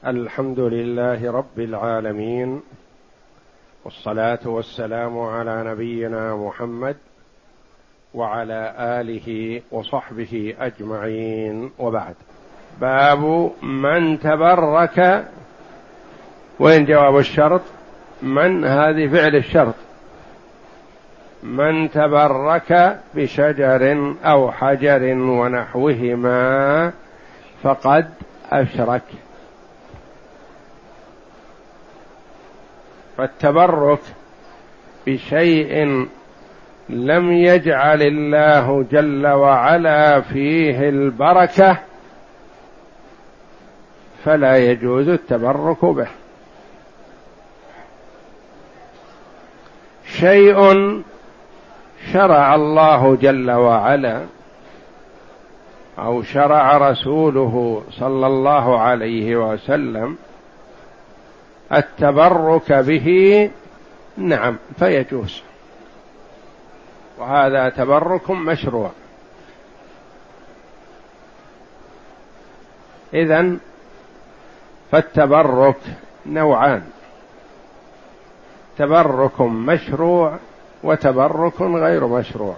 الحمد لله رب العالمين، والصلاة والسلام على نبينا محمد وعلى آله وصحبه أجمعين، وبعد. باب من تبرك. وين جواب الشرط؟ من هذه فعل الشرط. من تبرك بشجر أو حجر ونحوهما فقد أشرك. فالتبرك بشيء لم يجعل الله جل وعلا فيه البركة فلا يجوز التبرك به. شيء شرع الله جل وعلا أو شرع رسوله صلى الله عليه وسلم التبرك به، نعم، فيجوز، وهذا تبرك مشروع. إذن فالتبرك نوعان: تبرك مشروع وتبرك غير مشروع.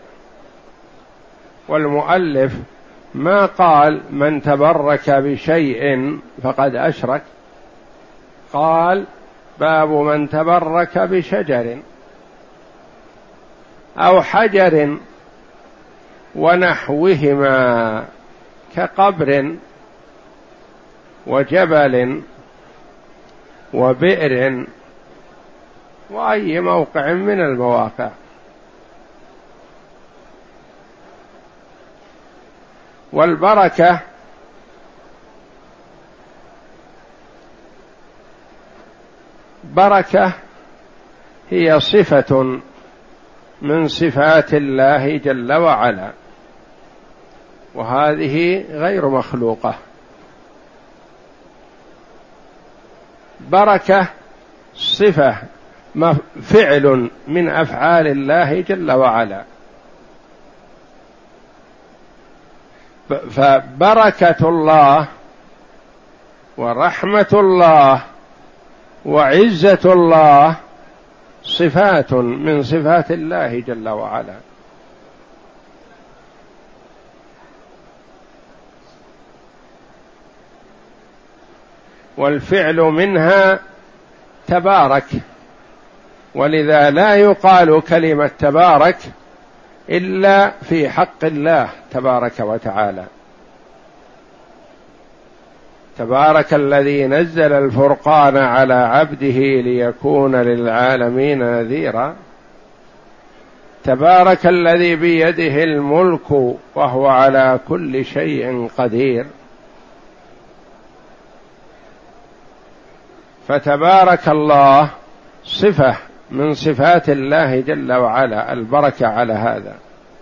والمؤلف ما قال من تبرك بشيء فقد أشرك، قال باب من تبرك بشجر أو حجر ونحوهما كقبر وجبل وبئر وأي موقع من المواقع. والبركة بركة هي صفة من صفات الله جل وعلا، وهذه غير مخلوقة. بركة صفة فعل من أفعال الله جل وعلا. فبركة الله ورحمة الله وعزة الله صفات من صفات الله جل وعلا. والفعل منها تبارك، ولذا لا يقال كلمة تبارك إلا في حق الله تبارك وتعالى. تبارك الذي نزل الفرقان على عبده ليكون للعالمين نذيرا. تبارك الذي بيده الملك وهو على كل شيء قدير. فتبارك الله صفة من صفات الله جل وعلا، البركة على هذا.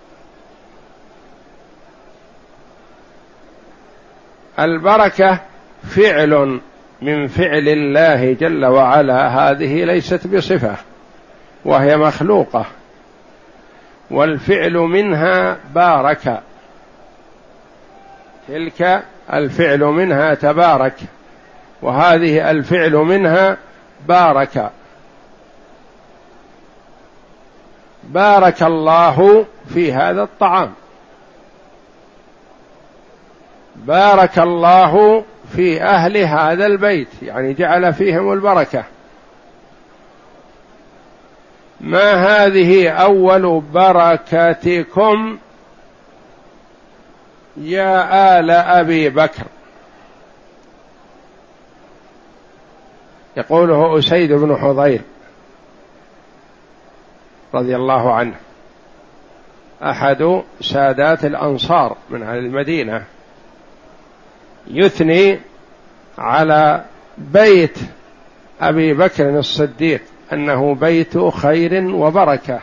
البركة فعل من فعل الله جل وعلا، هذه ليست بصفة وهي مخلوقة. والفعل منها بارك، تلك الفعل منها تبارك، وهذه الفعل منها بارك. بارك الله في هذا الطعام، بارك الله في أهل هذا البيت، يعني جعل فيهم البركة. ما هذه أول بركاتكم يا آل أبي بكر؟ يقوله أسيد بن حضير رضي الله عنه، أحد سادات الأنصار من أهل المدينة، يثني على بيت أبي بكر الصديق أنه بيت خير وبركة.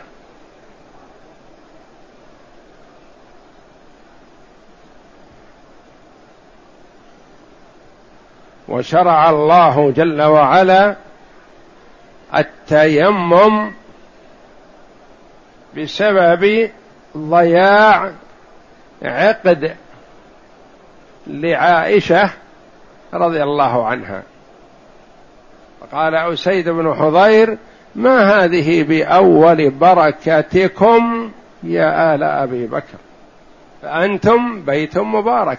وشرع الله جل وعلا التيمم بسبب ضياع عقد لعائشة رضي الله عنها، فقال أسيد بن حضير: ما هذه بأول بركتكم يا آل أبي بكر، فأنتم بيت مبارك.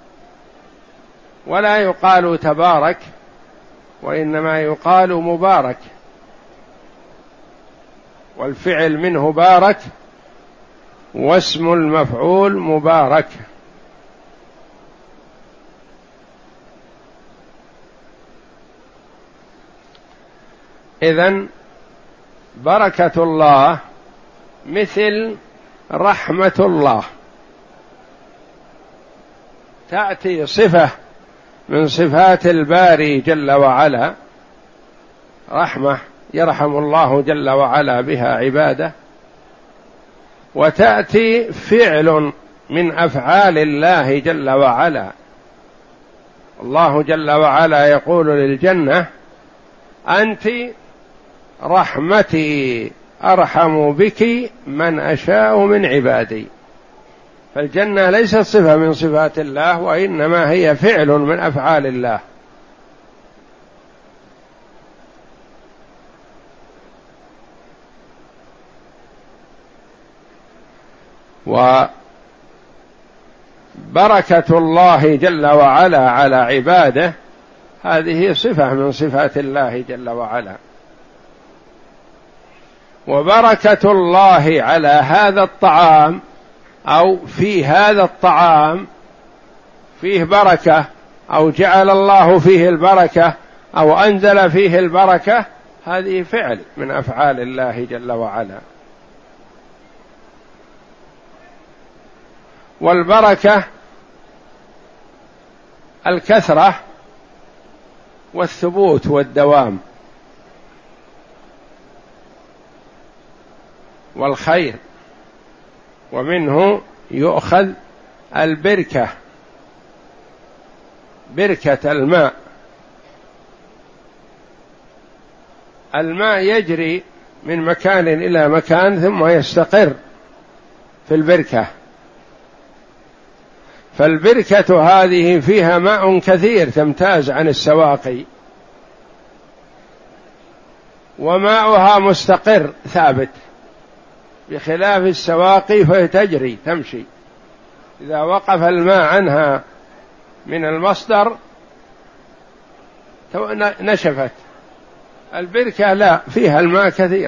ولا يقال تبارك، وإنما يقال مبارك، والفعل منه بارك، واسم المفعول مبارك. إذن بركة الله مثل رحمة الله، تأتي صفة من صفات الباري جل وعلا، رحمة يرحم الله جل وعلا بها عباده، وتأتي فعل من أفعال الله جل وعلا. الله جل وعلا يقول للجنة: أنت رحمتي أرحم بك من أشاء من عبادي. فالجنة ليست صفة من صفات الله، وإنما هي فعل من أفعال الله. وبركة الله جل وعلا على عباده هذه صفة من صفات الله جل وعلا. وبركة الله على هذا الطعام أو في هذا الطعام فيه بركة، أو جعل الله فيه البركة، أو أنزل فيه البركة، هذه فعل من أفعال الله جل وعلا. والبركة الكثرة والثبوت والدوام والخير، ومنه يؤخذ البركة، بركة الماء. الماء يجري من مكان إلى مكان ثم يستقر في البركة، فالبركة هذه فيها ماء كثير تمتاز عن السواقي، وماؤها مستقر ثابت، بخلاف السواقي فهي تجري تمشي، إذا وقف الماء عنها من المصدر نشفت. البركة لا، فيها الماء كثير.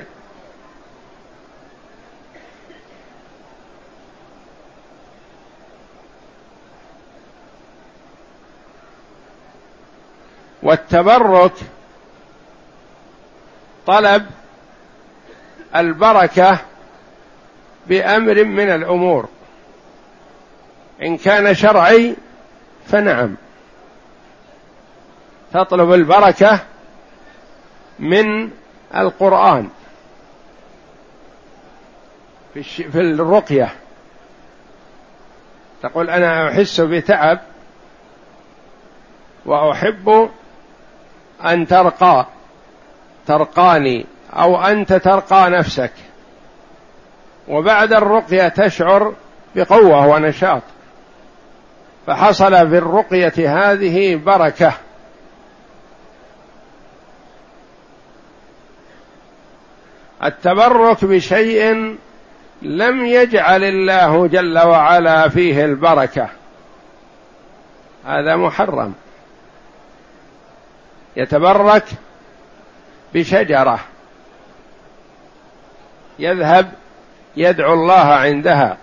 والتبرك طلب البركة بأمر من الأمور، إن كان شرعي فنعم، تطلب البركة من القرآن في الرقية، تقول: أنا أحس بتعب وأحب أن ترقاني، أو أنت ترقى نفسك، وبعد الرقية تشعر بقوة ونشاط، فحصل في الرقية هذه بركة. التبرك بشيء لم يجعل الله جل وعلا فيه البركة هذا محرم. يتبرك بشجرة يذهب يدعو الله عندها،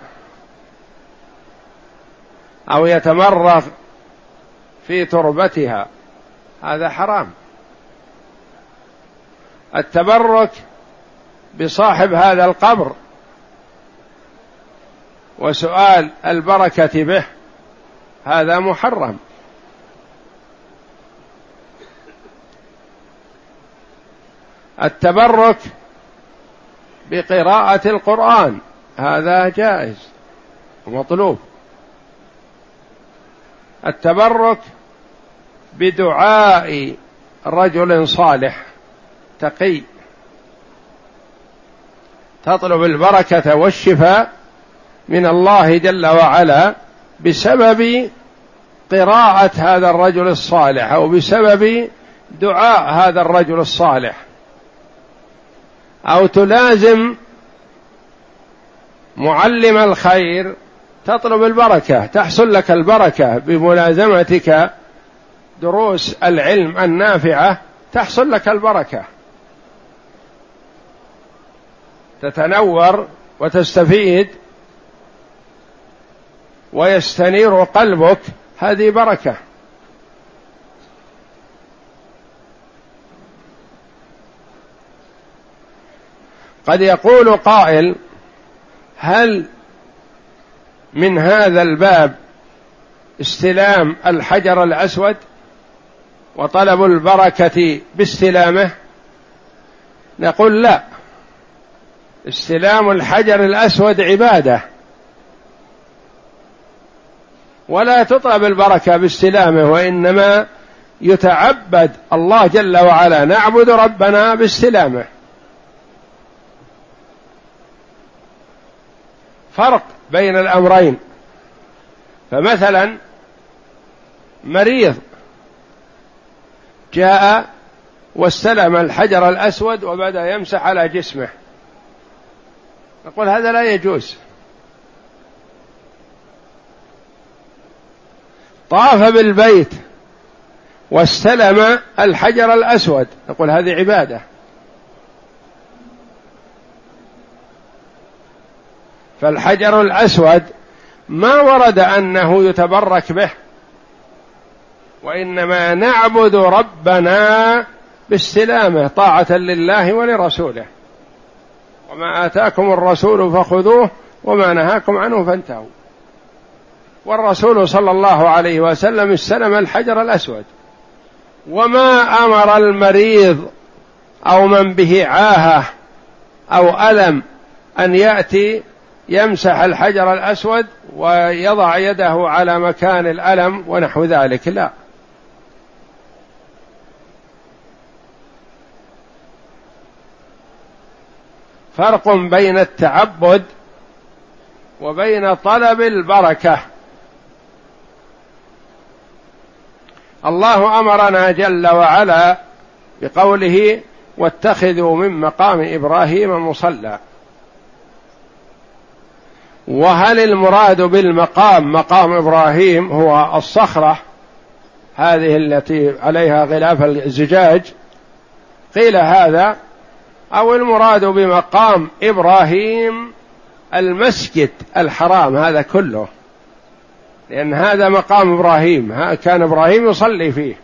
أو يتمرغ في تربتها، هذا حرام. التبرك بصاحب هذا القبر وسؤال البركة به هذا محرم. التبرك بقراءة القرآن هذا جائز ومطلوب. التبرك بدعاء رجل صالح تقي، تطلب البركة والشفاء من الله جل وعلا بسبب قراءة هذا الرجل الصالح، أو بسبب دعاء هذا الرجل الصالح، أو تلازم معلم الخير تطلب البركة، تحصل لك البركة بملازمتك دروس العلم النافعة، تحصل لك البركة، تتنور وتستفيد ويستنير قلبك، هذه بركة. قد يقول قائل: هل من هذا الباب استلام الحجر الأسود وطلب البركة باستلامه؟ نقول لا، استلام الحجر الأسود عبادة، ولا تطلب البركة باستلامه، وإنما يتعبد الله جل وعلا، نعبد ربنا باستلامه. فرق بين الأمرين. فمثلا مريض جاء واستلم الحجر الأسود وبدأ يمسح على جسمه، نقول هذا لا يجوز. طاف بالبيت واستلم الحجر الأسود، نقول هذه عبادة. فالحجر الأسود ما ورد أنه يتبرك به، وإنما نعبد ربنا باستلامه طاعة لله ولرسوله. وما آتاكم الرسول فخذوه وما نهاكم عنه فانتهوا. والرسول صلى الله عليه وسلم استلم الحجر الأسود، وما أمر المريض أو من به عاهة أو ألم أن يأتي يمسح الحجر الأسود ويضع يده على مكان الألم ونحو ذلك، لا. فرق بين التعبد وبين طلب البركة. الله أمرنا جل وعلا بقوله: واتخذوا من مقام إبراهيم مصلى. وهل المراد بالمقام مقام إبراهيم هو الصخرة هذه التي عليها غلاف الزجاج؟ قيل هذا، أو المراد بمقام إبراهيم المسجد الحرام هذا كله، لأن هذا مقام إبراهيم، كان إبراهيم يصلي فيه.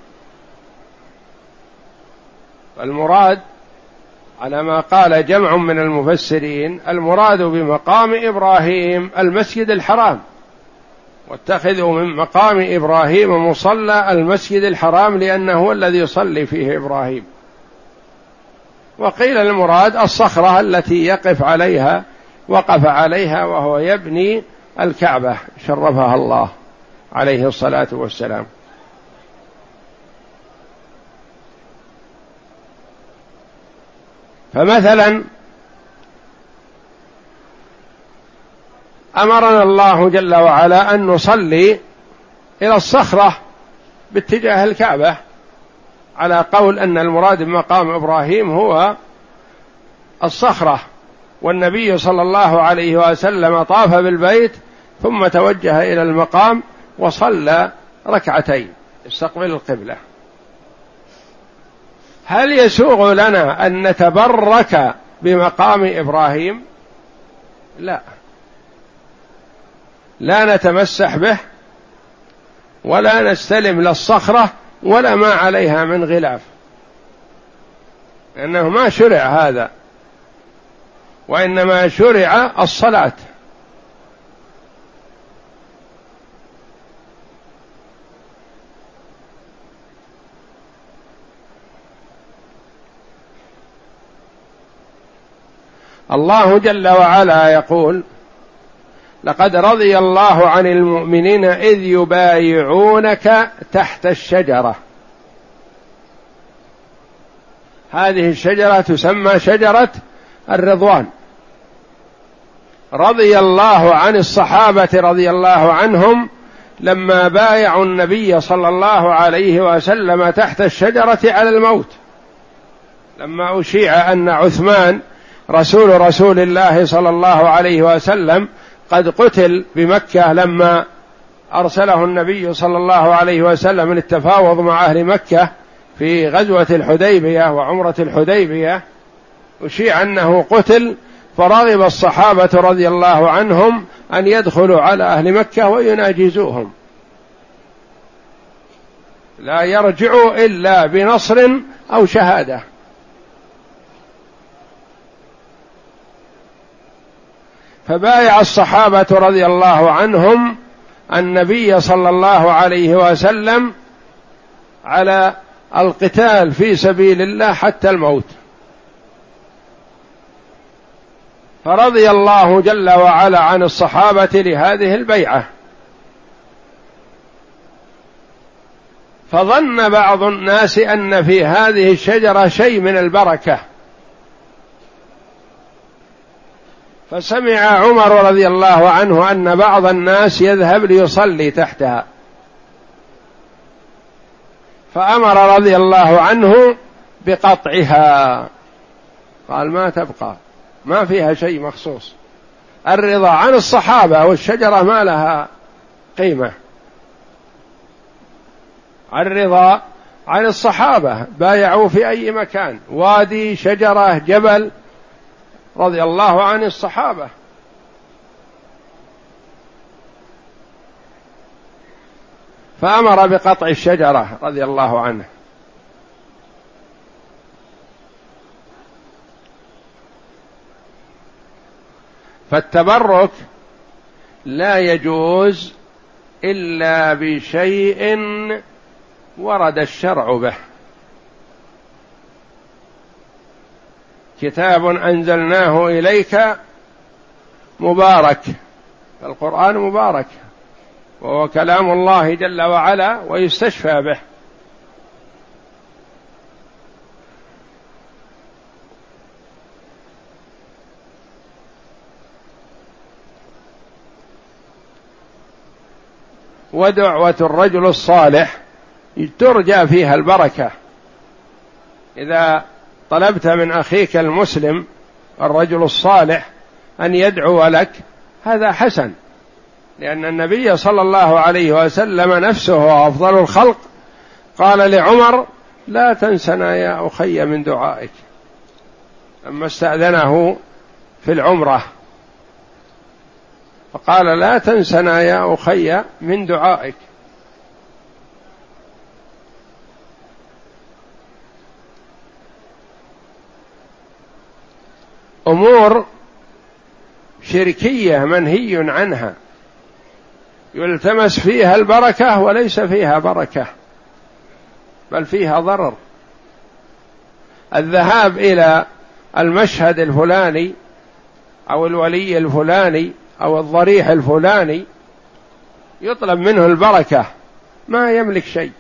المراد على ما قال جمع من المفسرين، المراد بمقام إبراهيم المسجد الحرام، واتخذوا من مقام إبراهيم مصلى، المسجد الحرام لأنه هو الذي يصلي فيه إبراهيم. وقيل المراد الصخرة التي وقف عليها وهو يبني الكعبة شرفها الله عليه الصلاة والسلام. فمثلا أمرنا الله جل وعلا أن نصلي إلى الصخرة باتجاه الكعبة، على قول أن المراد بمقام إبراهيم هو الصخرة، والنبي صلى الله عليه وسلم طاف بالبيت ثم توجه إلى المقام وصلى ركعتين استقبل القبلة. هل يسوغ لنا أن نتبرك بمقام إبراهيم؟ لا نتمسح به ولا نستلم للصخرة ولا ما عليها من غلاف، لأنه ما شرع هذا، وإنما شرع الصلاة. الله جل وعلا يقول: لقد رضي الله عن المؤمنين إذ يبايعونك تحت الشجرة. هذه الشجرة تسمى شجرة الرضوان. رضي الله عن الصحابة رضي الله عنهم لما بايعوا النبي صلى الله عليه وسلم تحت الشجرة على الموت، لما أشيع أن عثمان رسول الله صلى الله عليه وسلم قد قتل بمكة لما أرسله النبي صلى الله عليه وسلم للتفاوض مع أهل مكة في غزوة الحديبية وعمرة الحديبية، أشيع أنه قتل، فرغب الصحابة رضي الله عنهم أن يدخلوا على أهل مكة ويناجزوهم، لا يرجعوا إلا بنصر أو شهادة. فبايع الصحابة رضي الله عنهم النبي صلى الله عليه وسلم على القتال في سبيل الله حتى الموت، فرضي الله جل وعلا عن الصحابة لهذه البيعة. فظن بعض الناس أن في هذه الشجرة شيء من البركة، فسمع عمر رضي الله عنه أن بعض الناس يذهب ليصلي تحتها، فأمر رضي الله عنه بقطعها، قال ما تبقى، ما فيها شيء مخصوص، الرضا عن الصحابة والشجرة ما لها قيمة، الرضا عن الصحابة بايعوا في أي مكان، وادي، شجرة، جبل، رضي الله عن الصحابة. فأمر بقطع الشجرة رضي الله عنه. فالتبرك لا يجوز إلا بشيء ورد الشرع به. كتاب أنزلناه إليك مبارك، القرآن مبارك وهو كلام الله جل وعلا ويستشفى به. ودعوة الرجل الصالح ترجى فيها البركة، إذا طلبت من أخيك المسلم الرجل الصالح أن يدعو لك هذا حسن، لأن النبي صلى الله عليه وسلم نفسه أفضل الخلق قال لعمر لا تنسنا يا أخي من دعائك، لما استأذنه في العمرة فقال لا تنسنا يا أخي من دعائك. أمور شركية منهي عنها يلتمس فيها البركة وليس فيها بركة بل فيها ضرر. الذهاب إلى المشهد الفلاني أو الولي الفلاني أو الضريح الفلاني يطلب منه البركة، ما يملك شيء،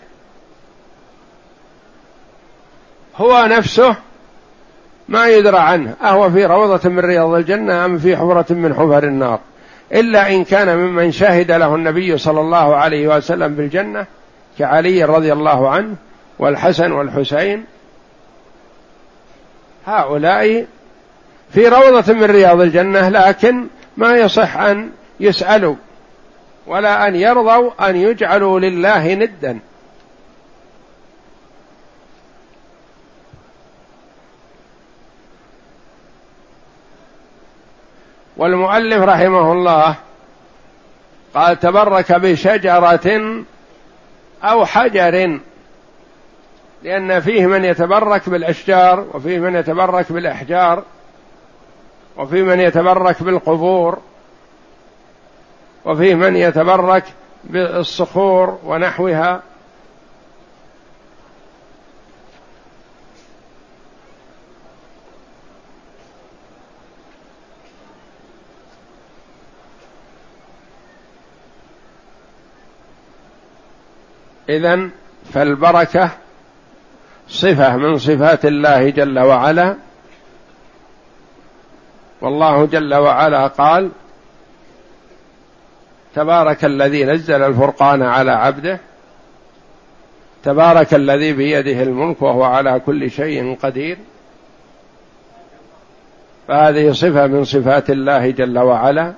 هو نفسه ما يدرى عنه أهو في روضة من رياض الجنة أم في حفرة من حفر النار، إلا إن كان ممن شهد له النبي صلى الله عليه وسلم بالجنة كعلي رضي الله عنه والحسن والحسين، هؤلاء في روضة من رياض الجنة، لكن ما يصح أن يسألوا ولا أن يرضوا أن يجعلوا لله ندا. والمؤلف رحمه الله قال تبرك بشجرة أو حجر، لأن فيه من يتبرك بالأشجار وفيه من يتبرك بالأحجار وفيه من يتبرك بالقبور وفيه من يتبرك بالصخور ونحوها. إذن فالبركة صفة من صفات الله جل وعلا، والله جل وعلا قال تبارك الذي نزل الفرقان على عبده، تبارك الذي بيده الملك وهو على كل شيء قدير، فهذه صفة من صفات الله جل وعلا.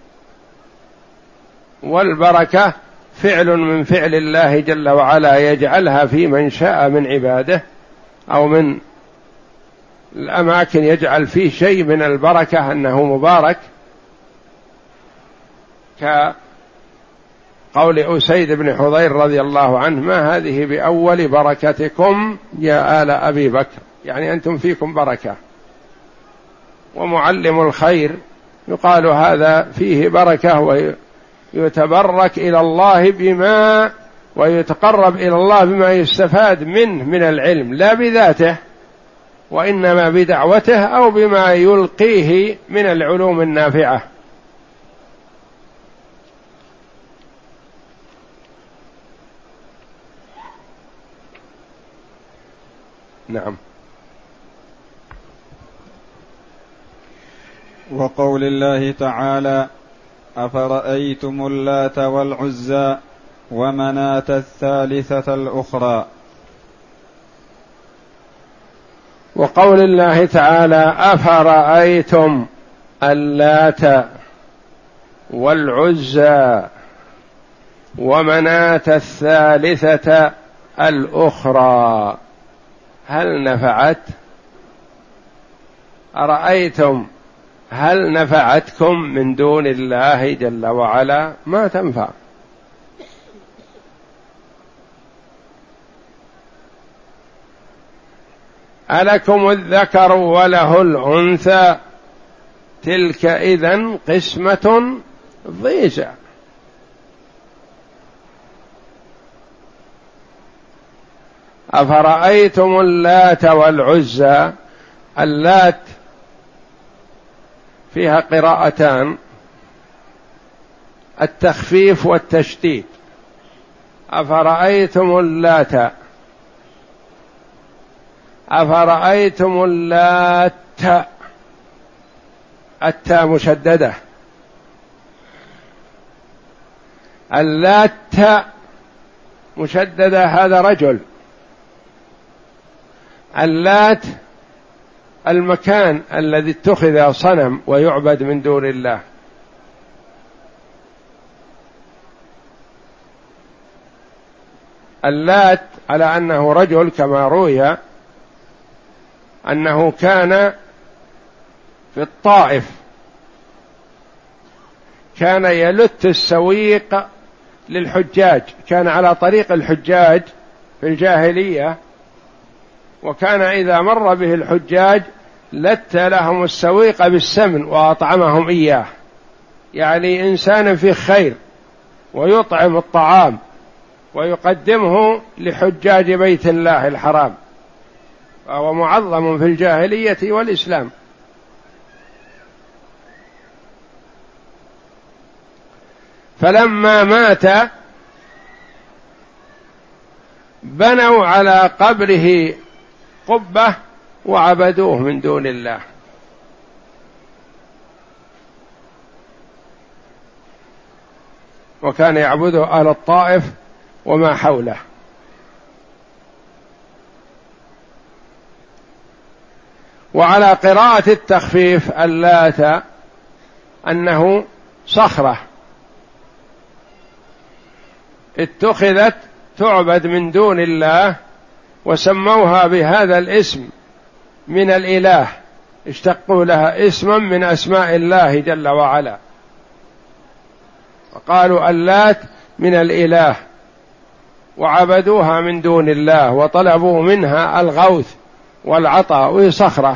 والبركة فعل من فعل الله جل وعلا يجعلها في من شاء من عباده، أو من الأماكن يجعل فيه شيء من البركة أنه مبارك، كقول أسيد بن حضير رضي الله عنه: ما هذه بأول بركتكم يا آل أبي بكر، يعني أنتم فيكم بركة. ومعلم الخير يقال هذا فيه بركة، ويتبرك إلى الله بما ويتقرب إلى الله بما يستفاد منه من العلم، لا بذاته وإنما بدعوته أو بما يلقيه من العلوم النافعة. نعم. وقول الله تعالى: أفرأيتم اللات والعزى ومناة الثالثة الأخرى. وقول الله تعالى: أفرأيتم اللات والعزى ومناة الثالثة الأخرى، هل نفعت؟ أرأيتم هل نفعتكم من دون الله جل وعلا؟ ما تنفع. ألكم الذكر وله الأنثى تلك إذن قسمة ضيزى. أفرأيتم اللات والعزى، اللات فيها قراءتان، التخفيف والتشديد. أفرأيتم اللات، أفرأيتم اللات، التاء مشددة، اللات مشددة، هذا رجل. اللات المكان الذي اتخذ صنم ويعبد من دون الله. اللات على أنه رجل، كما روي أنه كان في الطائف، كان يلت السويق للحجاج، كان على طريق الحجاج في الجاهلية، وكان إذا مر به الحجاج لت لهم السويق بالسمن وأطعمهم إياه، يعني إنسان في خير، ويطعم الطعام ويقدمه لحجاج بيت الله الحرام، فهو معظم في الجاهلية والإسلام. فلما مات بنوا على قبره قبة وعبدوه من دون الله. وكان يعبده أهل الطائف وما حوله. وعلى قراءة التخفيف اللات أنه صخرة اتخذت تعبد من دون الله، وسموها بهذا الاسم من الإله، اشتقوا لها اسما من أسماء الله جل وعلا، وقالوا اللات من الإله، وعبدوها من دون الله وطلبوا منها الغوث والعطاء، وهي صخرة.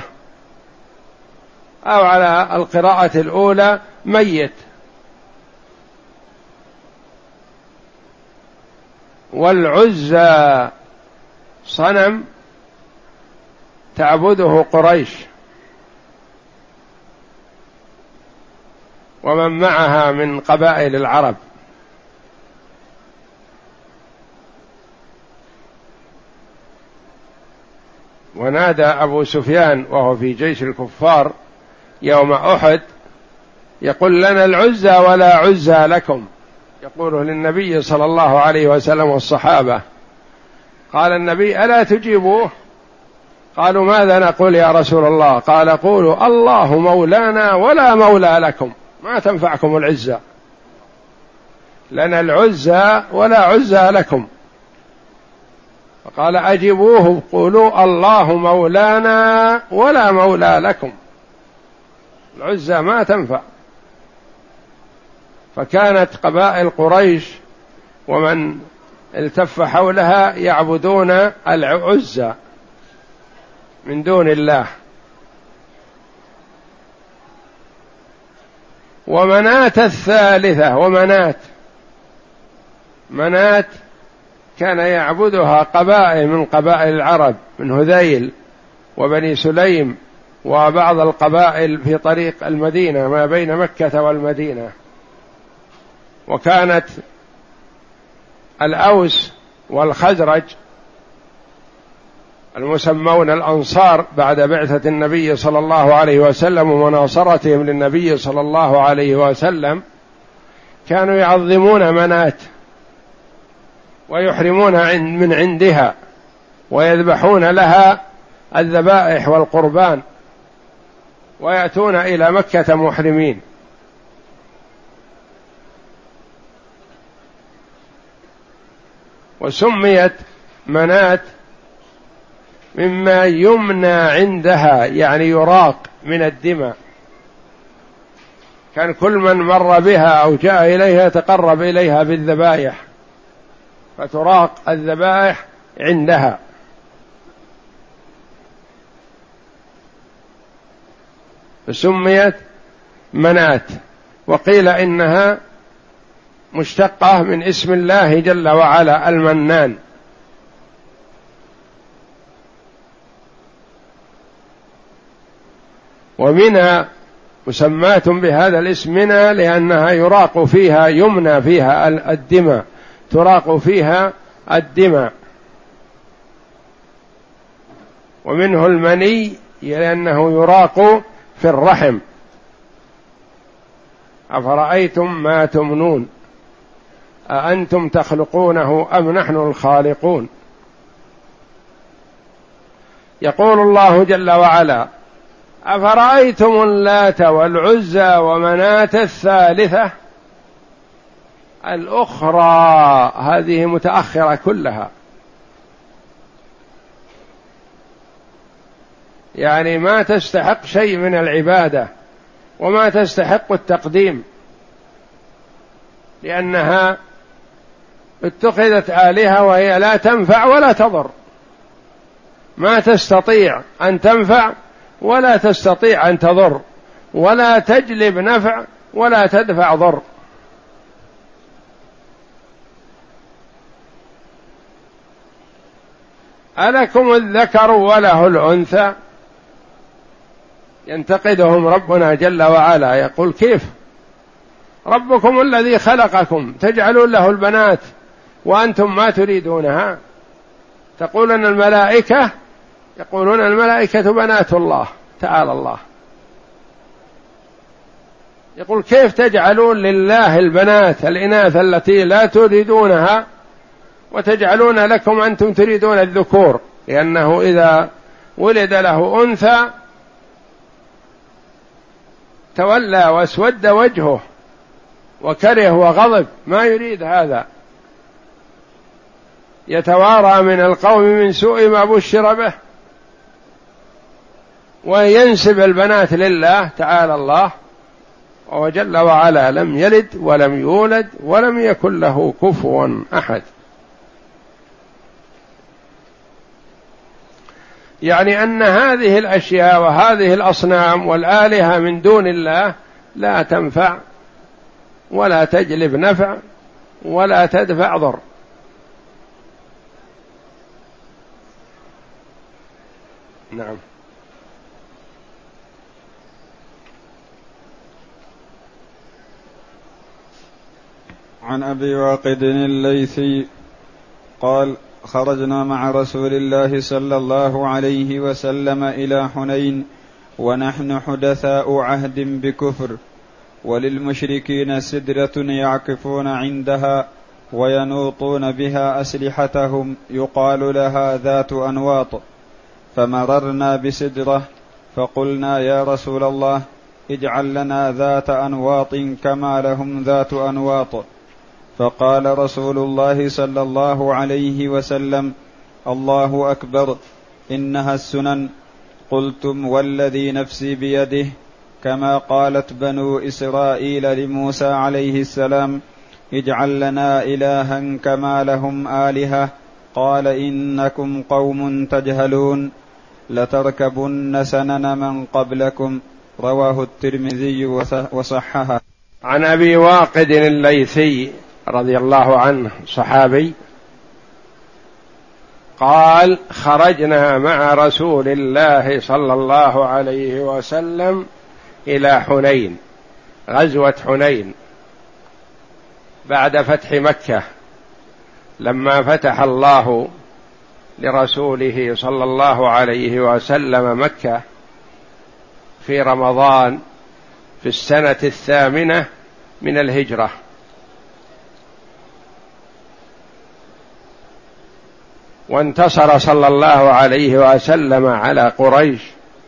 أو على القراءة الأولى ميت. والعزى صنم تعبده قريش ومن معها من قبائل العرب. ونادى أبو سفيان وهو في جيش الكفار يوم أحد يقول: لنا العزى ولا عزى لكم، يقوله للنبي صلى الله عليه وسلم والصحابة. قال النبي: ألا تجيبوه؟ قالوا: ماذا نقول يا رسول الله؟ قال: قولوا: الله مولانا ولا مولى لكم، ما تنفعكم العزة، لنا العزة ولا عزة لكم. فقال: أجيبوه قولوا: الله مولانا ولا مولى لكم، العزة ما تنفع. فكانت قبائل قريش ومن التف حولها يعبدون العزة من دون الله. ومناة الثالثة، مناة كان يعبدها قبائل من قبائل العرب، من هذيل وبني سليم وبعض القبائل في طريق المدينة ما بين مكة والمدينة. وكانت الأوس والخزرج المسمون الأنصار بعد بعثة النبي صلى الله عليه وسلم ومناصرتهم للنبي صلى الله عليه وسلم، كانوا يعظمون مناة ويحرمون من عندها ويذبحون لها الذبائح والقربان ويأتون إلى مكة محرمين. وسميت مناة مما يمنى عندها، يعني يراق من الدماء، كان كل من مر بها أو جاء إليها يتقرب إليها بالذبائح، فتراق الذبائح عندها. فسميت مناة. وقيل إنها مشتقة من اسم الله جل وعلا المنان. ومنى مسماة بهذا الاسم منى لأنها يراق فيها، يمنى فيها الدماء، تراق فيها الدماء. ومنه المني لأنه يراق في الرحم. أفرأيتم ما تمنون أأنتم تخلقونه أم نحن الخالقون. يقول الله جل وعلا: أفرأيتم اللات والعزى ومناة الثالثة الأخرى. هذه متأخرة كلها، يعني ما تستحق شيء من العبادة وما تستحق التقديم، لأنها اتخذت آلهة وهي لا تنفع ولا تضر، ما تستطيع أن تنفع ولا تستطيع أن تضر، ولا تجلب نفع ولا تدفع ضر. ألكم الذكر وله الأنثى. ينتقدهم ربنا جل وعلا، يقول: كيف ربكم الذي خلقكم تجعلون له البنات وأنتم ما تريدونها؟ تقولون الملائكة، يقولون الملائكة بنات الله تعالى الله. يقول: كيف تجعلون لله البنات الإناث التي لا تريدونها وتجعلون لكم أنتم تريدون الذكور؟ لأنه إذا ولد له أنثى تولى واسود وجهه وكره وغضب، ما يريد هذا، يتوارى من القوم من سوء ما بشر به، وينسب البنات لله تعالى الله، وهو جل وعلا لم يلد ولم يولد ولم يكن له كفوا أحد. يعني أن هذه الأشياء وهذه الأصنام والآلهة من دون الله لا تنفع ولا تجلب نفع ولا تدفع ضر. نعم. عن أبي واقد الليثي قال: خرجنا مع رسول الله صلى الله عليه وسلم إلى حنين ونحن حدثاء عهد بكفر، وللمشركين سدرة يعكفون عندها وينوطون بها أسلحتهم يقال لها ذات أنواط، فمررنا بسدرة فقلنا يا رسول الله اجعل لنا ذات أنواط كما لهم ذات أنواط، فقال رسول الله صلى الله عليه وسلم الله أكبر إنها السنن. قلتم والذي نفسي بيده كما قالت بنو إسرائيل لموسى عليه السلام اجعل لنا إلها كما لهم آلهة، قال إنكم قوم تجهلون لتركبن سنن من قبلكم، رواه الترمذي وصححه. عن أبي واقد الليثي رضي الله عنه صحابي قال خرجنا مع رسول الله صلى الله عليه وسلم إلى حنين، غزوة حنين بعد فتح مكة، لما فتح الله لرسوله صلى الله عليه وسلم مكة في رمضان في السنة 8 من الهجرة. وانتصر صلى الله عليه وسلم على قريش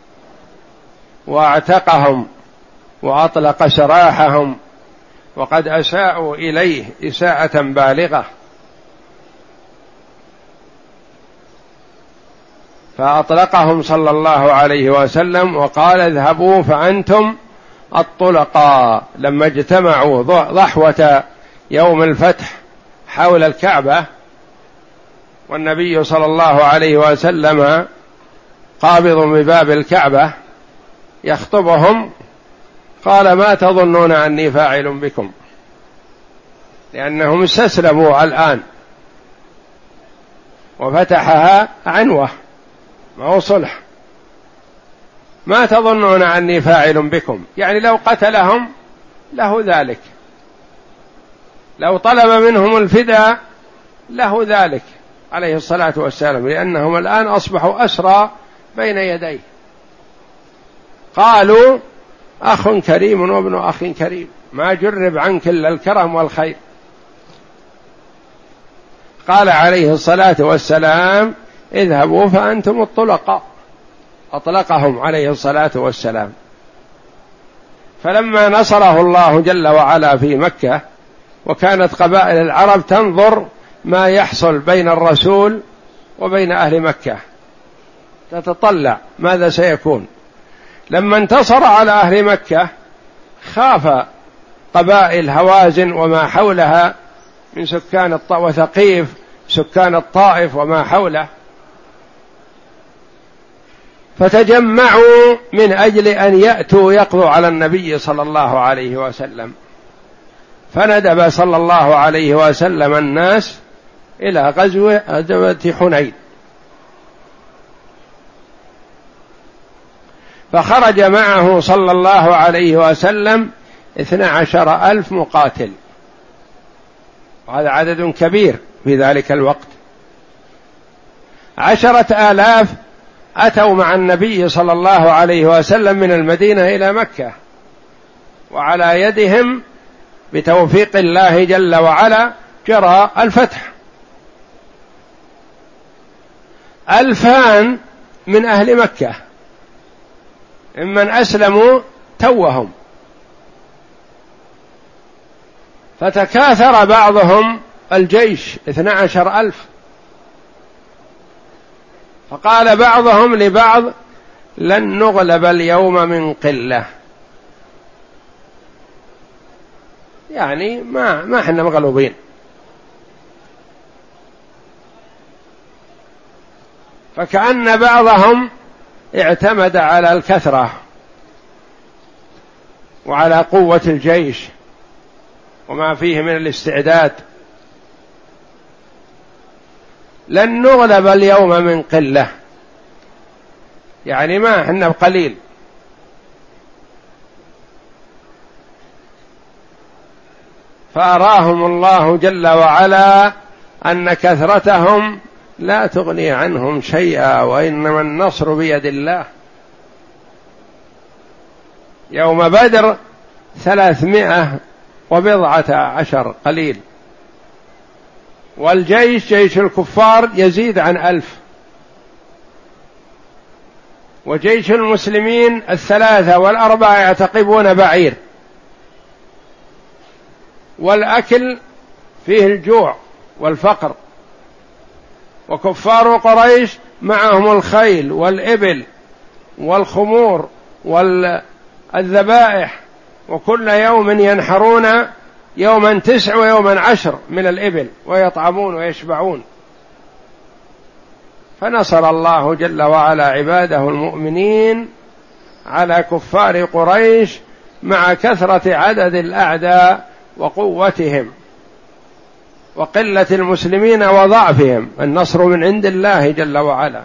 واعتقهم وأطلق سراحهم، وقد أساءوا إليه إساءة بالغة، فأطلقهم صلى الله عليه وسلم وقال اذهبوا فأنتم الطلقاء. لما اجتمعوا ضحوة يوم الفتح حول الكعبة والنبي صلى الله عليه وسلم قابض بباب الكعبة يخطبهم، قال ما تظنون أني فاعل بكم، لأنهم استسلموا الآن وفتحها عنوة ما هو صلح. ما تظنون أني فاعل بكم، يعني لو قتلهم له ذلك، لو طلب منهم الفداء له ذلك عليه الصلاة والسلام، لأنهم الآن أصبحوا أسرى بين يديه. قالوا أخ كريم وابن أخ كريم، ما جرب عنك إلا الكرم والخير. قال عليه الصلاة والسلام اذهبوا فأنتم الطلقاء، أطلقهم عليه الصلاة والسلام. فلما نصره الله جل وعلا في مكة وكانت قبائل العرب تنظر ما يحصل بين الرسول وبين أهل مكة، تتطلع ماذا سيكون. لما انتصر على أهل مكة خاف قبائل هوازن وما حولها من سكان وثقيف سكان الطائف وما حوله، فتجمعوا من أجل أن يأتوا يقضوا على النبي صلى الله عليه وسلم. فندب صلى الله عليه وسلم الناس إلى غزوة حنين، فخرج معه صلى الله عليه وسلم 12,000 مقاتل، وهذا عدد كبير في ذلك الوقت. 10,000 أتوا مع النبي صلى الله عليه وسلم من المدينة إلى مكة، وعلى يدهم بتوفيق الله جل وعلا جرى الفتح. 2,000 من أهل مكة ممن أسلموا توهم، فتكاثر بعضهم الجيش 12,000. فقال بعضهم لبعض لن نغلب اليوم من قلة، يعني ما احنا مغلوبين. فكأن بعضهم اعتمد على الكثرة وعلى قوة الجيش وما فيه من الاستعداد. لن نغلب اليوم من قلة، يعني ما احنا بقليل. فأراهم الله جل وعلا أن كثرتهم لا تغني عنهم شيئا، وإنما النصر بيد الله. يوم بدر 310 قليل، والجيش جيش الكفار يزيد عن 1000، وجيش المسلمين 3 و4 يعتقبون بعير، والأكل فيه الجوع والفقر، وكفار قريش معهم الخيل والإبل والخمور والذبائح، وكل يوم ينحرون يوما 9 ويوما 10 من الإبل ويطعمون ويشبعون. فنصر الله جل وعلا عباده المؤمنين على كفار قريش مع كثرة عدد الأعداء وقوتهم وقلة المسلمين وضعفهم. النصر من عند الله جل وعلا.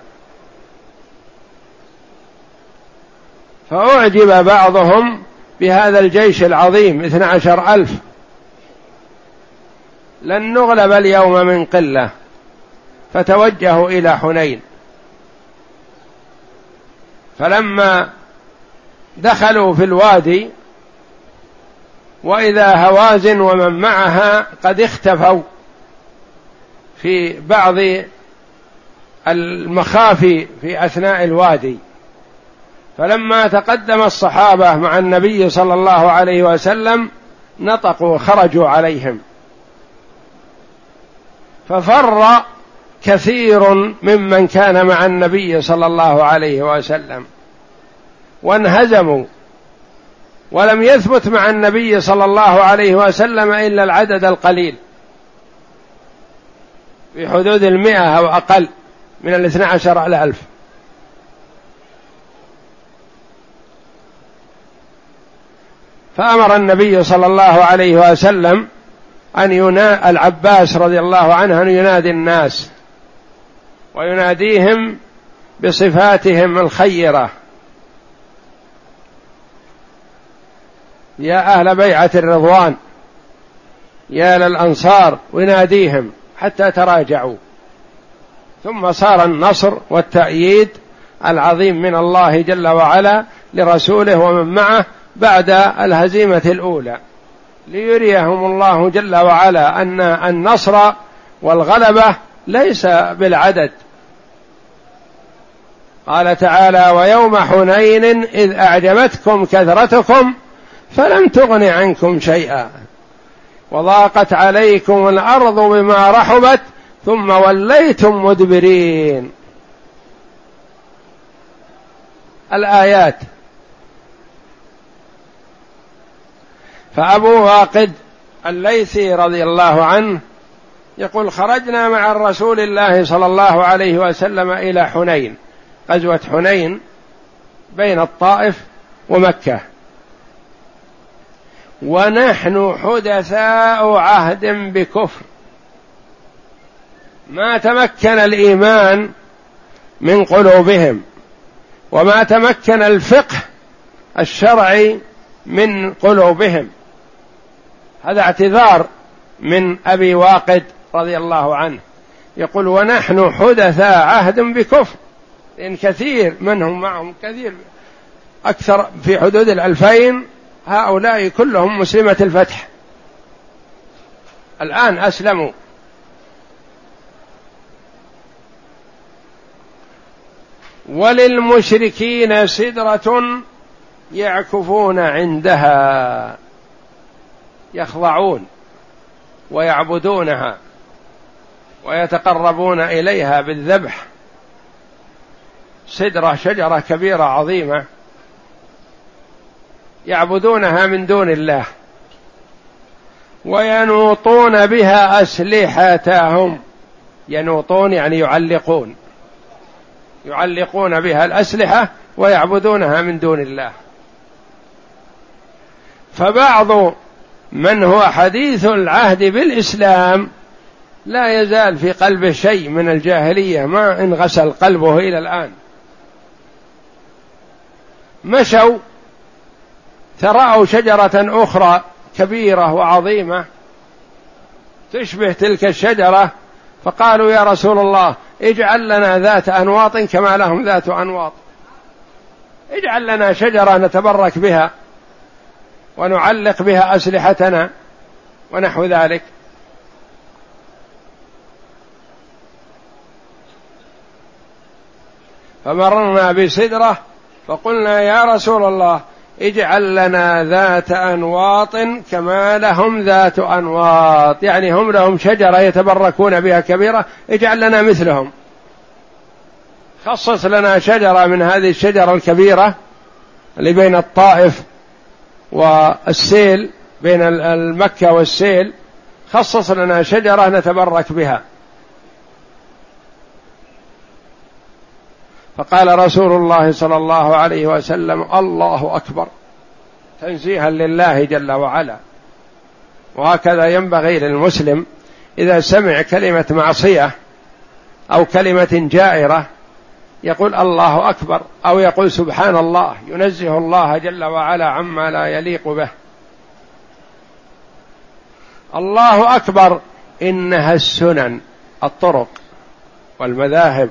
فأعجب بعضهم بهذا الجيش العظيم 12,000، لن نغلب اليوم من قلة، فتوجهوا إلى حنين. فلما دخلوا في الوادي وإذا هوازن ومن معها قد اختفوا في بعض المخافي في أثناء الوادي، فلما تقدم الصحابة مع النبي صلى الله عليه وسلم نطقوا خرجوا عليهم، ففر كثير ممن كان مع النبي صلى الله عليه وسلم وانهزموا، ولم يثبت مع النبي صلى الله عليه وسلم إلا العدد القليل في حدود 100 أو أقل من 12,000. فأمر النبي صلى الله عليه وسلم أن العباس رضي الله عنه أن ينادي الناس ويناديهم بصفاتهم الخيرة: يا أهل بيعة الرضوان، يا للأنصار، ويناديهم حتى تراجعوا. ثم صار النصر والتأييد العظيم من الله جل وعلا لرسوله ومن معه بعد الهزيمة الأولى، ليريهم الله جل وعلا أن النصر والغلبة ليس بالعدد. قال تعالى: ويوم حنين إذ أعجبتكم كثرتكم فلم تغن عنكم شيئا وضاقت عليكم الأرض بما رحبت ثم وليتم مدبرين. الآيات. فأبو واقد الليثي رضي الله عنه يقول: خرجنا مع رسول الله صلى الله عليه وسلم إلى حنين، غزوة حنين بين الطائف ومكة، ونحن حدثاء عهد بكفر، ما تمكن الإيمان من قلوبهم وما تمكن الفقه الشرعي من قلوبهم. هذا اعتذار من أبي واقد رضي الله عنه، يقول: ونحن حدثاء عهد بكفر، لأن كثير منهم معهم كثير أكثر في حدود 2000، هؤلاء كلهم مسلمة الفتح الآن أسلموا. وللمشركين سدرة يعكفون عندها، يخضعون ويعبدونها ويتقربون إليها بالذبح. سدرة شجرة كبيرة عظيمة يعبدونها من دون الله، وينوطون بها أسلحتهم. ينوطون يعني يعلقون بها الأسلحة ويعبدونها من دون الله. فبعض من هو حديث العهد بالإسلام لا يزال في قلبه شيء من الجاهلية، ما انغسل قلبه إلى الآن. مشوا فرأوا شجرة أخرى كبيرة وعظيمة تشبه تلك الشجرة، فقالوا: يا رسول الله، اجعل لنا ذات أنواط كما لهم ذات أنواط، اجعل لنا شجرة نتبرك بها. ونعلق بها أسلحتنا ونحو ذلك. فمررنا بسدرة فقلنا يا رسول الله اجعل لنا ذات أنواط كما لهم ذات أنواط، يعني هم لهم شجرة يتبركون بها كبيرة، اجعل لنا مثلهم، خصص لنا شجرة من هذه الشجرة الكبيرة اللي بين الطائف والسيل، بين المكة والسيل، خصص لنا شجرة نتبرك بها. فقال رسول الله صلى الله عليه وسلم الله أكبر، تنزيها لله جل وعلا. وهكذا ينبغي للمسلم إذا سمع كلمة معصية أو كلمة جائرة يقول الله أكبر، أو يقول سبحان الله، ينزه الله جل وعلا عما لا يليق به. الله أكبر إنها السنن، الطرق والمذاهب.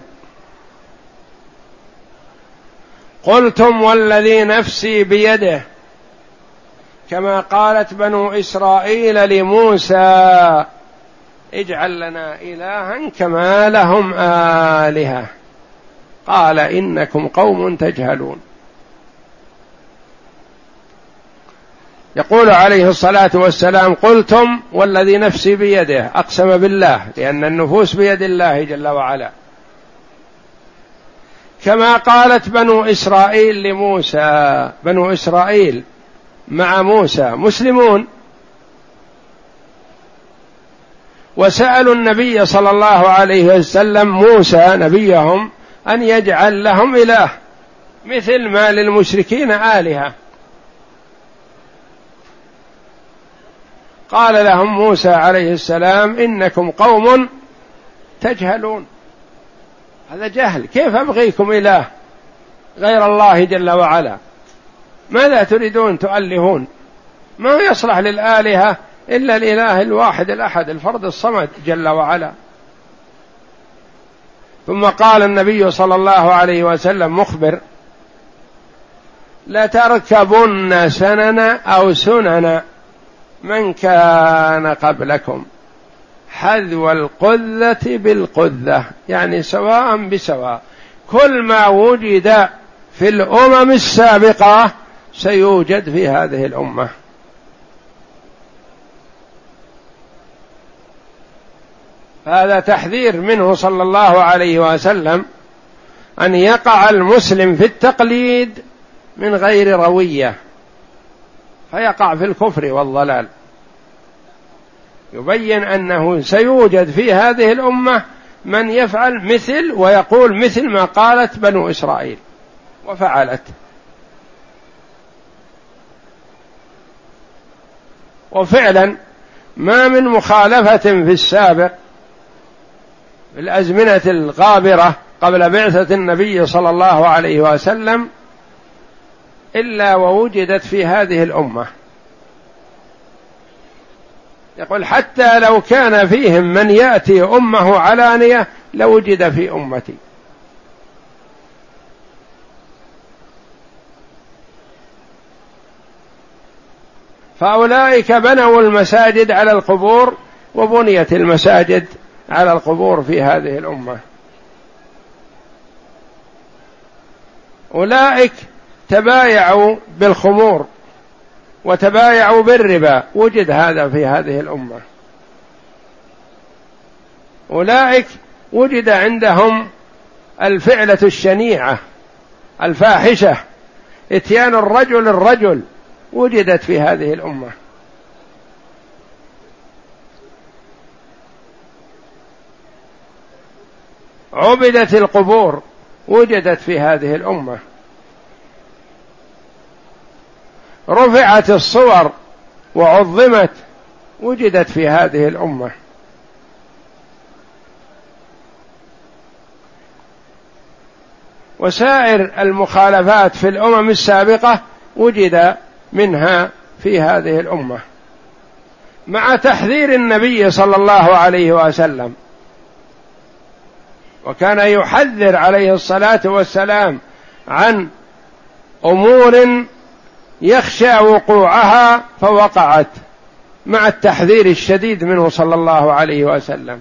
قلتم والذي نفسي بيده، كما قالت بنو إسرائيل لموسى اجعل لنا إلها كما لهم آلهة، قال إنكم قوم تجهلون. يقول عليه الصلاة والسلام قلتم والذي نفسي بيده، أقسم بالله، لأن النفوس بيد الله جل وعلا. كما قالت بنو إسرائيل لموسى، بنو إسرائيل مع موسى مسلمون، وسألوا النبي صلى الله عليه وسلم موسى نبيهم أن يجعل لهم إله مثل ما للمشركين آلهة. قال لهم موسى عليه السلام إنكم قوم تجهلون، هذا جهل، كيف أبغيكم إله غير الله جل وعلا؟ ماذا تريدون تؤلهون؟ ما يصلح للآلهة إلا الإله الواحد الأحد الفرد الصمد جل وعلا. ثم قال النبي صلى الله عليه وسلم مخبر لتركبن سنن أو سنن من كان قبلكم حذو القذة بالقذة، يعني سواء بسواء، كل ما وجد في الأمم السابقة سيوجد في هذه الأمة. هذا تحذير منه صلى الله عليه وسلم أن يقع المسلم في التقليد من غير روية فيقع في الكفر والضلال. يبين أنه سيوجد في هذه الأمة من يفعل مثل ويقول مثل ما قالت بنو إسرائيل وفعلت. وفعلا ما من مخالفة في السابق في الأزمنة الغابرة قبل بعثة النبي صلى الله عليه وسلم إلا ووجدت في هذه الأمة. يقول حتى لو كان فيهم من يأتي أمه علانية لوجد في أمتي. فأولئك بنوا المساجد على القبور وبنيت المساجد على القبور في هذه الأمة. أولئك تبايعوا بالخمور وتبايعوا بالربا، وجد هذا في هذه الأمة. أولئك وجد عندهم الفعلة الشنيعة الفاحشة، اتيان الرجل وجدت في هذه الأمة. عبدت القبور وجدت في هذه الأمة. رفعت الصور وعظمت وجدت في هذه الأمة. وسائر المخالفات في الأمم السابقة وجد منها في هذه الأمة، مع تحذير النبي صلى الله عليه وسلم. وكان يحذر عليه الصلاة والسلام عن أمور يخشى وقوعها فوقعت، مع التحذير الشديد منه صلى الله عليه وسلم.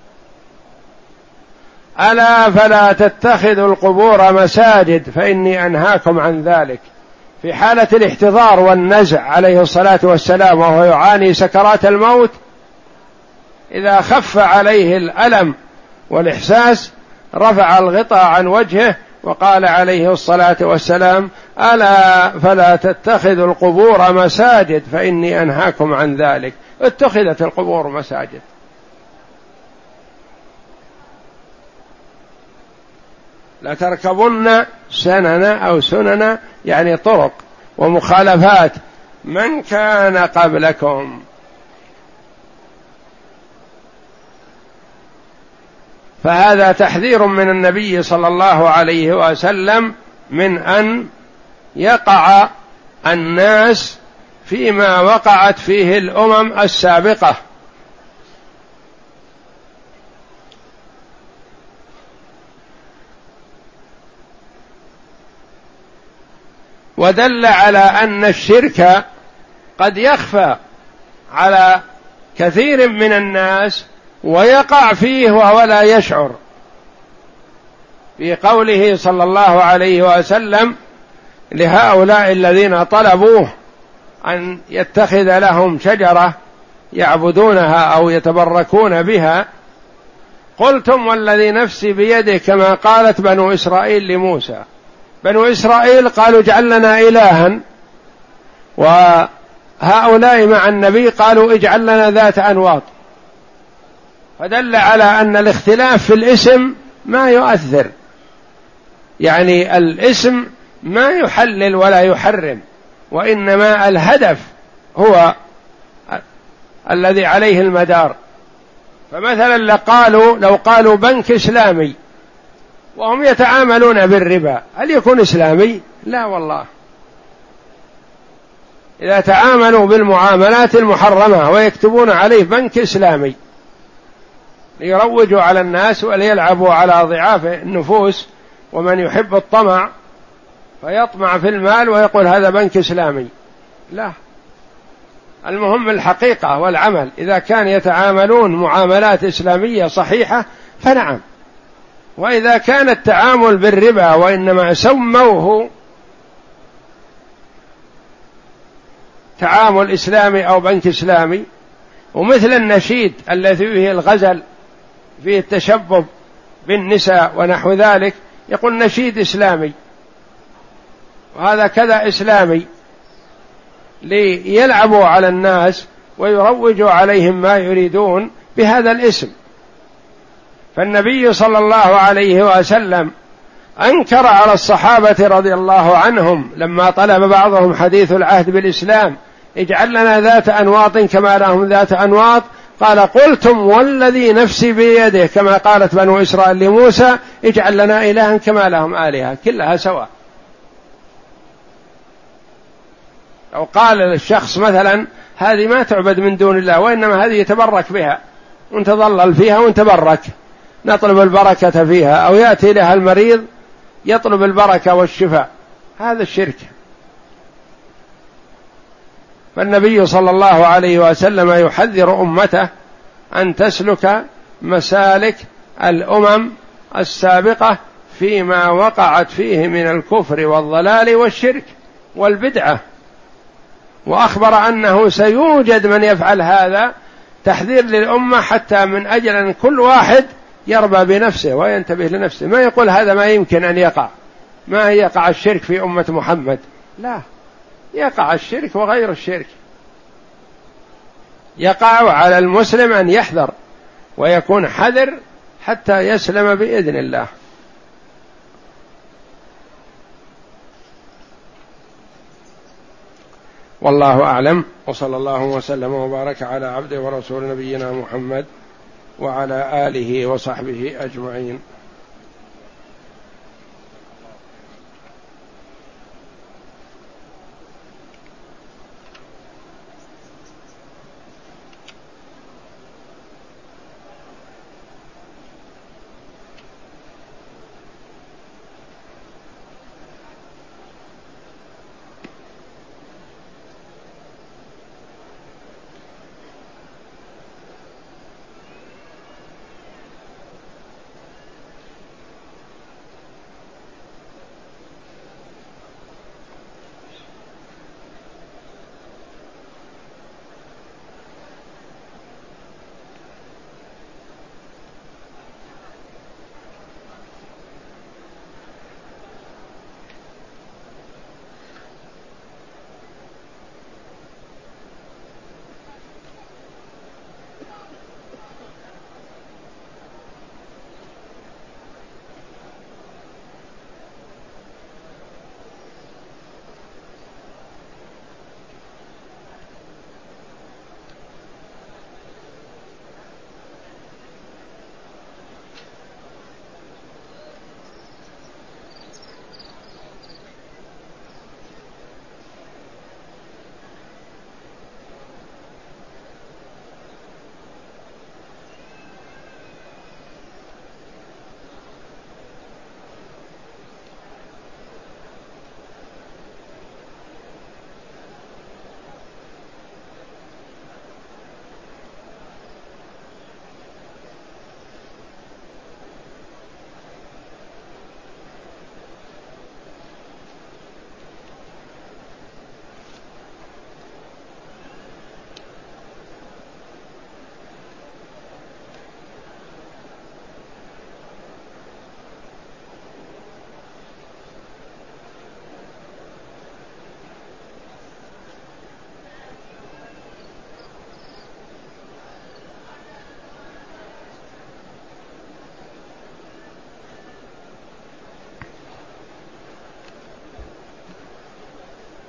ألا فلا تتخذوا القبور مساجد فإني أنهاكم عن ذلك، في حالة الاحتضار والنزع عليه الصلاة والسلام وهو يعاني سكرات الموت، إذا خف عليه الألم والإحساس رفع الغطاء عن وجهه وقال عليه الصلاة والسلام: ألا فلا تتخذوا القبور مساجد فإني أنهاكم عن ذلك. اتخذت القبور مساجد. لتركبن سنن أو سنن، يعني طرق ومخالفات من كان قبلكم. فهذا تحذير من النبي صلى الله عليه وسلم من أن يقع الناس فيما وقعت فيه الأمم السابقة. ودل على أن الشرك قد يخفى على كثير من الناس ويقع فيه وهو لا يشعر، في قوله صلى الله عليه وسلم لهؤلاء الذين طلبوه أن يتخذ لهم شجرة يعبدونها أو يتبركون بها: قلتم والذي نفسي بيده كما قالت بنو إسرائيل لموسى. بنو إسرائيل قالوا اجعل لنا إلها، وهؤلاء مع النبي قالوا اجعل لنا ذات أنواط. فدل على أن الاختلاف في الاسم ما يؤثر، يعني الاسم ما يحلل ولا يحرم، وإنما الهدف هو الذي عليه المدار. فمثلا لو قالوا بنك إسلامي وهم يتعاملون بالربا، هل يكون إسلامي؟ لا والله. إذا تعاملوا بالمعاملات المحرمة ويكتبون عليه بنك إسلامي ليروجوا على الناس وليلعبوا على ضعاف النفوس، ومن يحب الطمع فيطمع في المال ويقول هذا بنك إسلامي، لا. المهم الحقيقة والعمل. إذا كان يتعاملون معاملات إسلامية صحيحة فنعم، وإذا كان التعامل بالربا وإنما سموه تعامل إسلامي أو بنك إسلامي، ومثل النشيد الذي فيه الغزل فيه التشبب بالنساء ونحو ذلك، يقول نشيد إسلامي وهذا كذا إسلامي، ليلعبوا على الناس ويروجوا عليهم ما يريدون بهذا الاسم. فالنبي صلى الله عليه وسلم أنكر على الصحابة رضي الله عنهم لما طلب بعضهم حديث العهد بالإسلام: اجعل لنا ذات أنواط كما لهم ذات أنواط. قال: قلتم والذي نفسي بيده كما قالت بنو إسرائيل لموسى اجعل لنا إلها كما لهم آلهة، كلها سواء. لو قال الشخص مثلا هذه ما تعبد من دون الله وإنما هذه يتبرك بها ونتظلل فيها ونتبرك، نطلب البركة فيها، أو يأتي لها المريض يطلب البركة والشفاء، هذا الشرك. فالنبي صلى الله عليه وسلم يحذر أمته أن تسلك مسالك الأمم السابقة فيما وقعت فيه من الكفر والضلال والشرك والبدعة، وأخبر أنه سيوجد من يفعل هذا، تحذير للأمة حتى من أجل أن كل واحد يربى بنفسه وينتبه لنفسه، ما يقول هذا ما يمكن أن يقع، ما يقع الشرك في أمة محمد، لا، يقع الشرك وغير الشرك. يقع على المسلم أن يحذر ويكون حذر حتى يسلم بإذن الله. والله أعلم، وصلى الله وسلم وبارك على عبده ورسول نبينا محمد وعلى آله وصحبه أجمعين.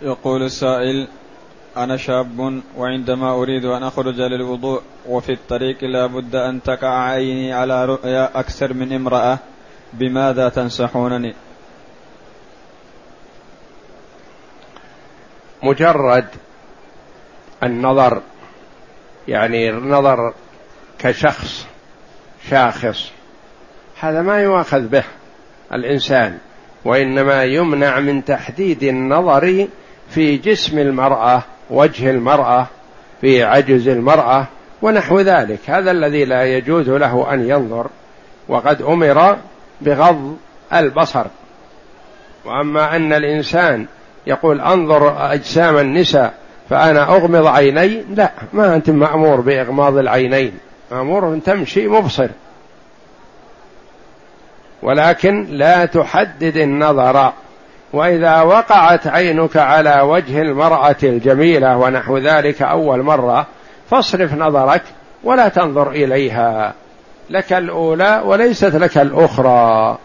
يقول السائل: أنا شاب وعندما أريد أن أخرج للوضوء وفي الطريق لا بد أن تقع عيني على رؤيا أكثر من امرأة، بماذا تنصحونني؟ مجرد النظر، يعني النظر كشخص شاخص، هذا ما يؤاخذ به الإنسان، وإنما يمنع من تحديد النظر في جسم المرأة، وجه المرأة، في عجز المرأة ونحو ذلك، هذا الذي لا يجوز له أن ينظر، وقد أمر بغض البصر. وأما أن الإنسان يقول أنظر أجسام النساء فأنا أغمض عيني، لا، ما أنت مأمور بإغماض العينين، مأمور أن تمشي مبصر، ولكن لا تحدد النظر. وإذا وقعت عينك على وجه المرأة الجميلة ونحو ذلك أول مرة، فاصرف نظرك ولا تنظر إليها، لك الأولى وليست لك الأخرى.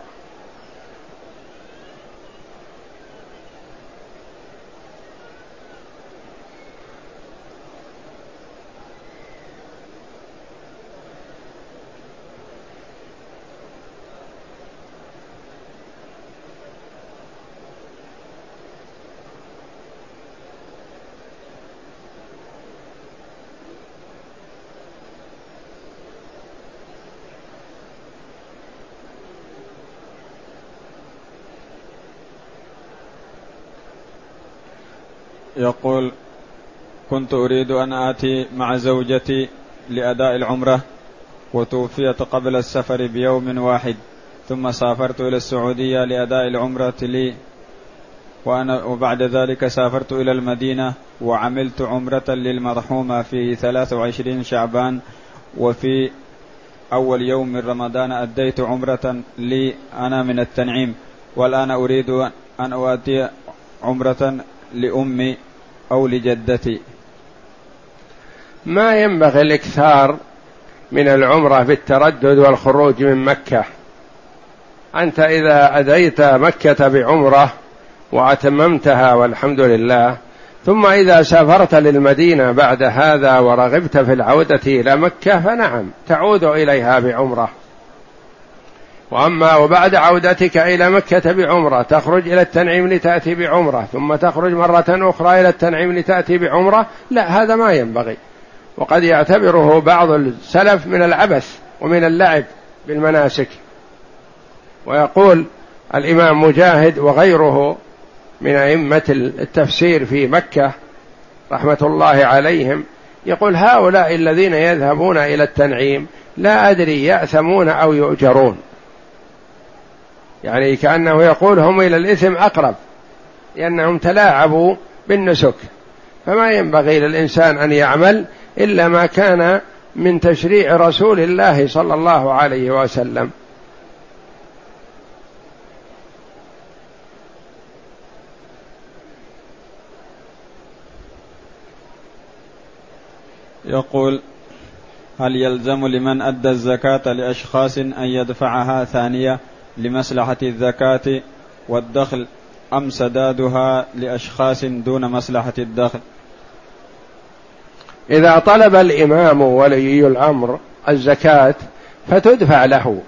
يقول: كنت أريد أن آتي مع زوجتي لأداء العمرة، وتوفيت قبل السفر بيوم واحد، ثم سافرت إلى السعودية لأداء العمرة لي، وبعد ذلك سافرت إلى المدينة وعملت عمرة للمرحومة في 23 شعبان، وفي أول يوم من رمضان أديت عمرة لي أنا من التنعيم، والآن أريد أن أؤدي عمرة لأمي أو لجدتي. ما ينبغي الإكثار من العمرة بالتردد والخروج من مكة. أنت إذا أديت مكة بعمرة وأتممتها والحمد لله، ثم إذا سافرت للمدينة بعد هذا ورغبت في العودة إلى مكة، فنعم تعود إليها بعمرة. وأما وبعد عودتك إلى مكة بعمرة تخرج إلى التنعيم لتأتي بعمرة، ثم تخرج مرة أخرى إلى التنعيم لتأتي بعمرة، لا، هذا ما ينبغي. وقد يعتبره بعض السلف من العبث ومن اللعب بالمناسك. ويقول الإمام مجاهد وغيره من أئمة التفسير في مكة رحمة الله عليهم، يقول هؤلاء الذين يذهبون إلى التنعيم لا أدري يأثمون أو يؤجرون، يعني كأنه يقول هم إلى الإثم أقرب، لأنهم تلاعبوا بالنسك. فما ينبغي للإنسان أن يعمل إلا ما كان من تشريع رسول الله صلى الله عليه وسلم. يقول: هل يلزم لمن أدى الزكاة لأشخاص أن يدفعها ثانية لمصلحة الزكاة والدخل، أم سدادها لأشخاص دون مصلحة الدخل؟ إذا طلب الإمام ولي الأمر الزكاة فتدفع له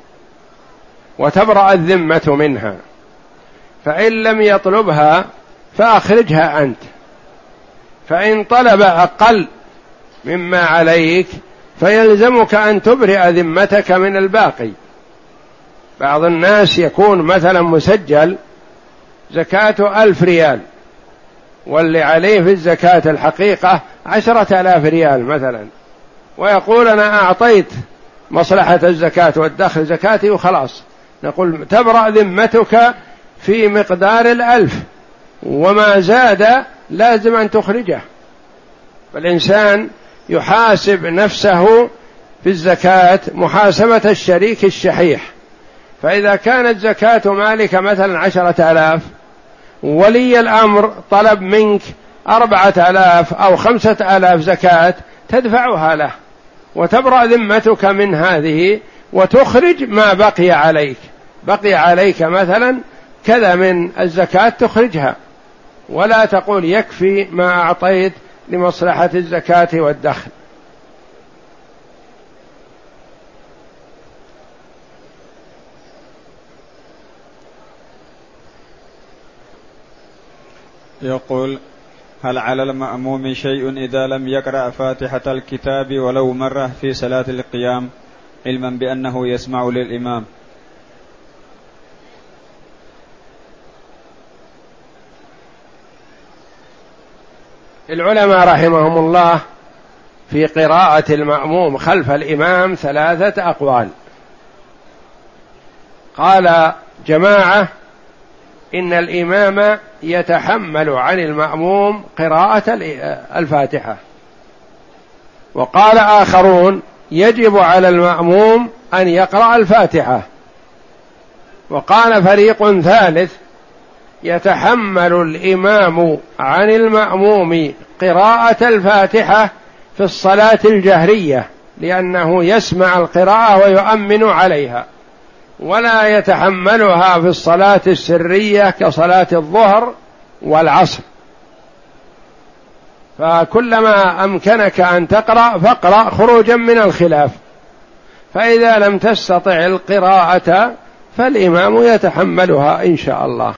وتبرأ الذمة منها، فإن لم يطلبها فأخرجها أنت، فإن طلب أقل مما عليك فيلزمك أن تبرئ ذمتك من الباقي. بعض الناس يكون مثلا مسجل زكاة 1000 ريال، واللي عليه في الزكاة الحقيقة 10,000 ريال مثلا، ويقول أنا أعطيت مصلحة الزكاة والدخل زكاتي وخلاص. نقول تبرأ ذمتك في مقدار 1000، وما زاد لازم أن تخرجه. فالإنسان يحاسب نفسه في الزكاة محاسبة الشريك الشحيح. فإذا كانت زكاة مالك مثلا 10,000، ولي الأمر طلب منك 4,000 أو 5,000 زكاة، تدفعها له وتبرأ ذمتك من هذه، وتخرج ما بقي عليك. بقي عليك مثلا كذا من الزكاة تخرجها، ولا تقول يكفي ما أعطيت لمصلحة الزكاة والدخل. يقول: هل على المأموم شيء إذا لم يقرأ فاتحة الكتاب ولو مرة في صلاة القيام علما بأنه يسمع للإمام؟ العلماء رحمهم الله في قراءة المأموم خلف الإمام 3 أقوال. قال جماعة إن الإمام يتحمل عن المأموم قراءة الفاتحة، وقال آخرون يجب على المأموم أن يقرأ الفاتحة، وقال فريق ثالث يتحمل الإمام عن المأموم قراءة الفاتحة في الصلاة الجهرية لأنه يسمع القراءة ويؤمن عليها، ولا يتحملها في الصلاة السرية كصلاة الظهر والعصر. فكلما أمكنك أن تقرأ فاقرأ خروجا من الخلاف، فإذا لم تستطع القراءة فالإمام يتحملها إن شاء الله.